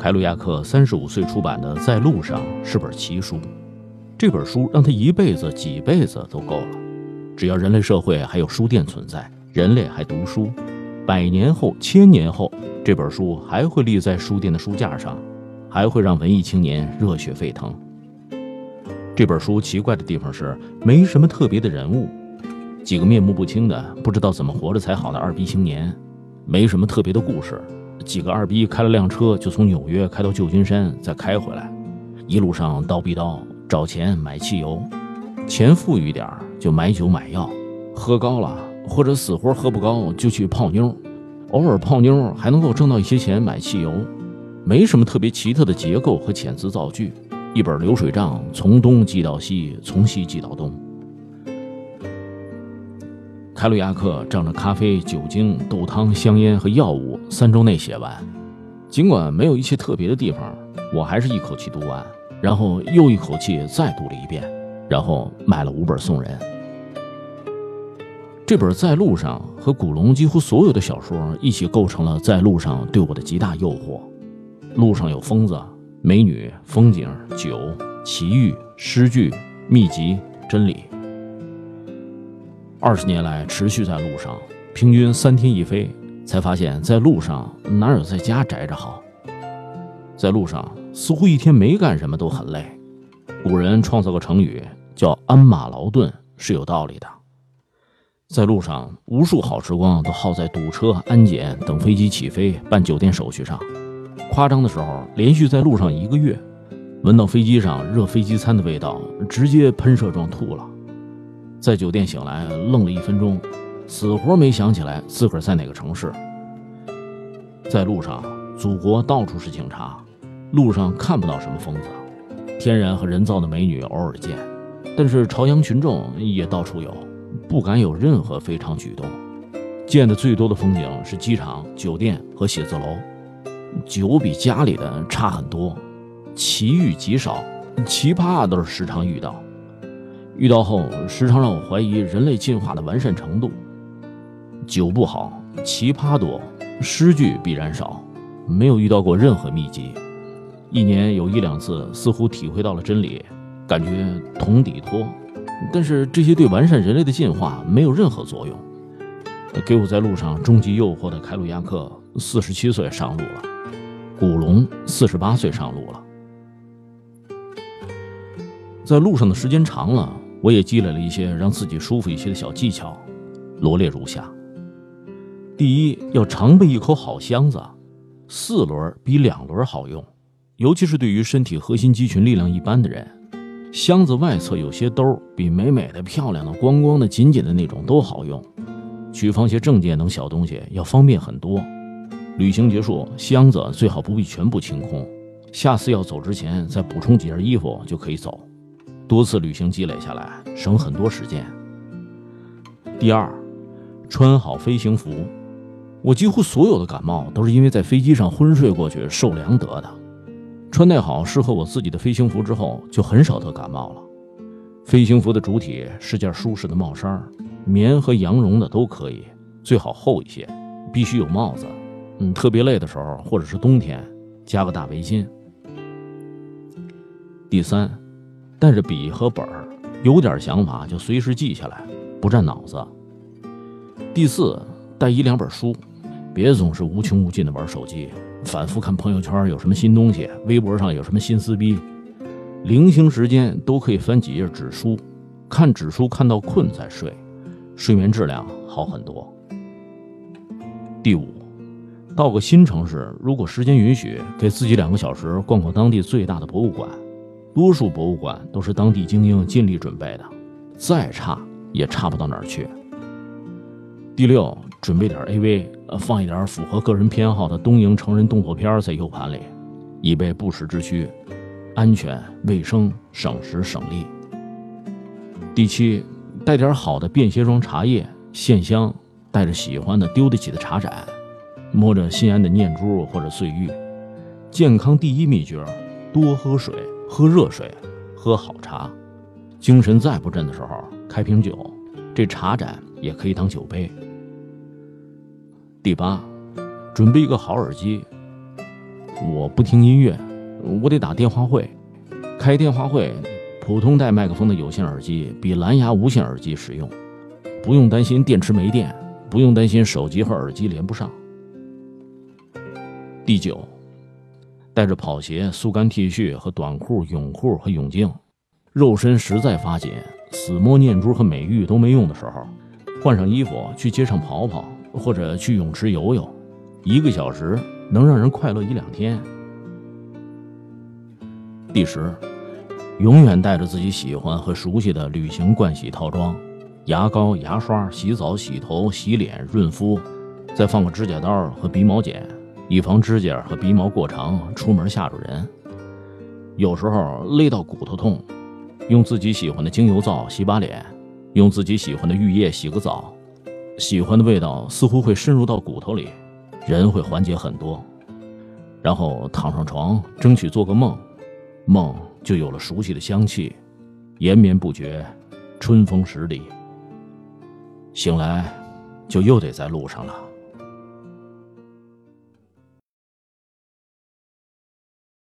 凯鲁亚克35岁出版的《在路上》是本奇书，这本书让他一辈子几辈子都够了。只要人类社会还有书店存在，人类还读书，100年后、1000年后，这本书还会立在书店的书架上，还会让文艺青年热血沸腾。这本书奇怪的地方是，没什么特别的人物，几个面目不清的不知道怎么活着才好的二逼青年，没什么特别的故事，几个二逼开了辆车就从纽约开到旧金山再开回来，一路上叨逼叨找钱买汽油，钱富裕一点就买酒买药，喝高了或者死活喝不高就去泡妞，偶尔泡妞还能够挣到一些钱买汽油，没什么特别奇特的结构和遣词造句，一本流水账，从东记到西，从西记到东。凯鲁亚克仗着咖啡、酒精、豆汤、香烟和药物3周内写完，尽管没有一些特别的地方，我还是一口气读完，然后又一口气再读了一遍，然后买了5本送人。这本《在路上》和古龙几乎所有的小说一起构成了《在路上》对我的极大诱惑。路上有疯子、美女、风景、酒、奇遇、诗句、秘籍、真理。20年来持续在路上，平均3天一飞，才发现在路上哪有在家宅着好。在路上似乎一天没干什么都很累。古人创造个成语叫鞍马劳顿，是有道理的。在路上无数好时光都耗在堵车、安检、等飞机起飞、办酒店手续上。夸张的时候连续在路上1个月，闻到飞机上热飞机餐的味道，直接喷射状吐了。在酒店醒来愣了1分钟，死活没想起来自个儿在哪个城市。在路上祖国到处是警察，路上看不到什么疯子，天然和人造的美女偶尔见，但是朝阳群众也到处有，不敢有任何非常举动。见的最多的风景是机场、酒店和写字楼，酒比家里的差很多，奇遇极少，奇葩倒是时常遇到，遇到后时常让我怀疑人类进化的完善程度。酒不好，奇葩多，诗句必然少，没有遇到过任何秘籍。1年有1、2次似乎体会到了真理，感觉同底脱，但是这些对完善人类的进化没有任何作用。给我在路上终极诱惑的凯鲁亚克47岁上路了，古龙48岁上路了。在路上的时间长了，我也积累了一些让自己舒服一些的小技巧，罗列如下。第一，要常备一口好箱子，4轮比2轮好用，尤其是对于身体核心肌群力量一般的人。箱子外侧有些兜，比美美的、漂亮的、光光的、紧紧的那种都好用，取放些证件等小东西要方便很多。旅行结束，箱子最好不必全部清空，下次要走之前再补充几件衣服就可以走，多次旅行积累下来，省很多时间。第二，穿好飞行服。我几乎所有的感冒都是因为在飞机上昏睡过去受凉得的。穿戴好适合我自己的飞行服之后，就很少得感冒了。飞行服的主体是件舒适的帽衫，棉和羊绒的都可以，最好厚一些，必须有帽子。特别累的时候或者是冬天，加个大围巾。第三，带着笔和本儿，有点想法就随时记下来，不占脑子。第四，带1、2本书，别总是无穷无尽的玩手机，反复看朋友圈有什么新东西，微博上有什么新撕逼。零星时间都可以翻几页纸书，看纸书看到困再睡，睡眠质量好很多。第五，到个新城市，如果时间允许，给自己2个小时逛逛当地最大的博物馆，多数博物馆都是当地精英尽力准备的，再差也差不到哪儿去。第六，准备点 AV， 放一点符合个人偏好的东瀛成人动作片在 U 盘里，以备不时之需，安全、卫生、省时省力。第七，带点好的便携装茶叶、线香，带着喜欢的丢得起的茶盏，摸着心安的念珠或者碎玉。健康第一秘诀，多喝水，喝热水，喝好茶。精神再不振的时候，开瓶酒，这茶盏也可以当酒杯。第八，准备一个好耳机。 我不听音乐，我得打电话会。开电话会，普通带麦克风的有线耳机比蓝牙无线耳机实用，不用担心电池没电，不用担心手机和耳机连不上。第9，带着跑鞋、速干 T 恤和短裤、泳裤和泳镜，肉身实在发紧，死摸念珠和美玉都没用的时候，换上衣服去街上跑跑，或者去泳池游泳，1个小时能让人快乐1-2天。第10，永远带着自己喜欢和熟悉的旅行盥洗套装，牙膏、牙刷、洗澡、洗头、洗脸、润肤，再放个指甲刀和鼻毛剪，以防指甲和鼻毛过长出门吓着人。有时候累到骨头痛，用自己喜欢的精油皂洗把脸，用自己喜欢的浴液洗个澡，喜欢的味道似乎会深入到骨头里，人会缓解很多。然后躺上床，争取做个梦，梦就有了熟悉的香气，延绵不绝，春风十里。醒来就又得在路上了。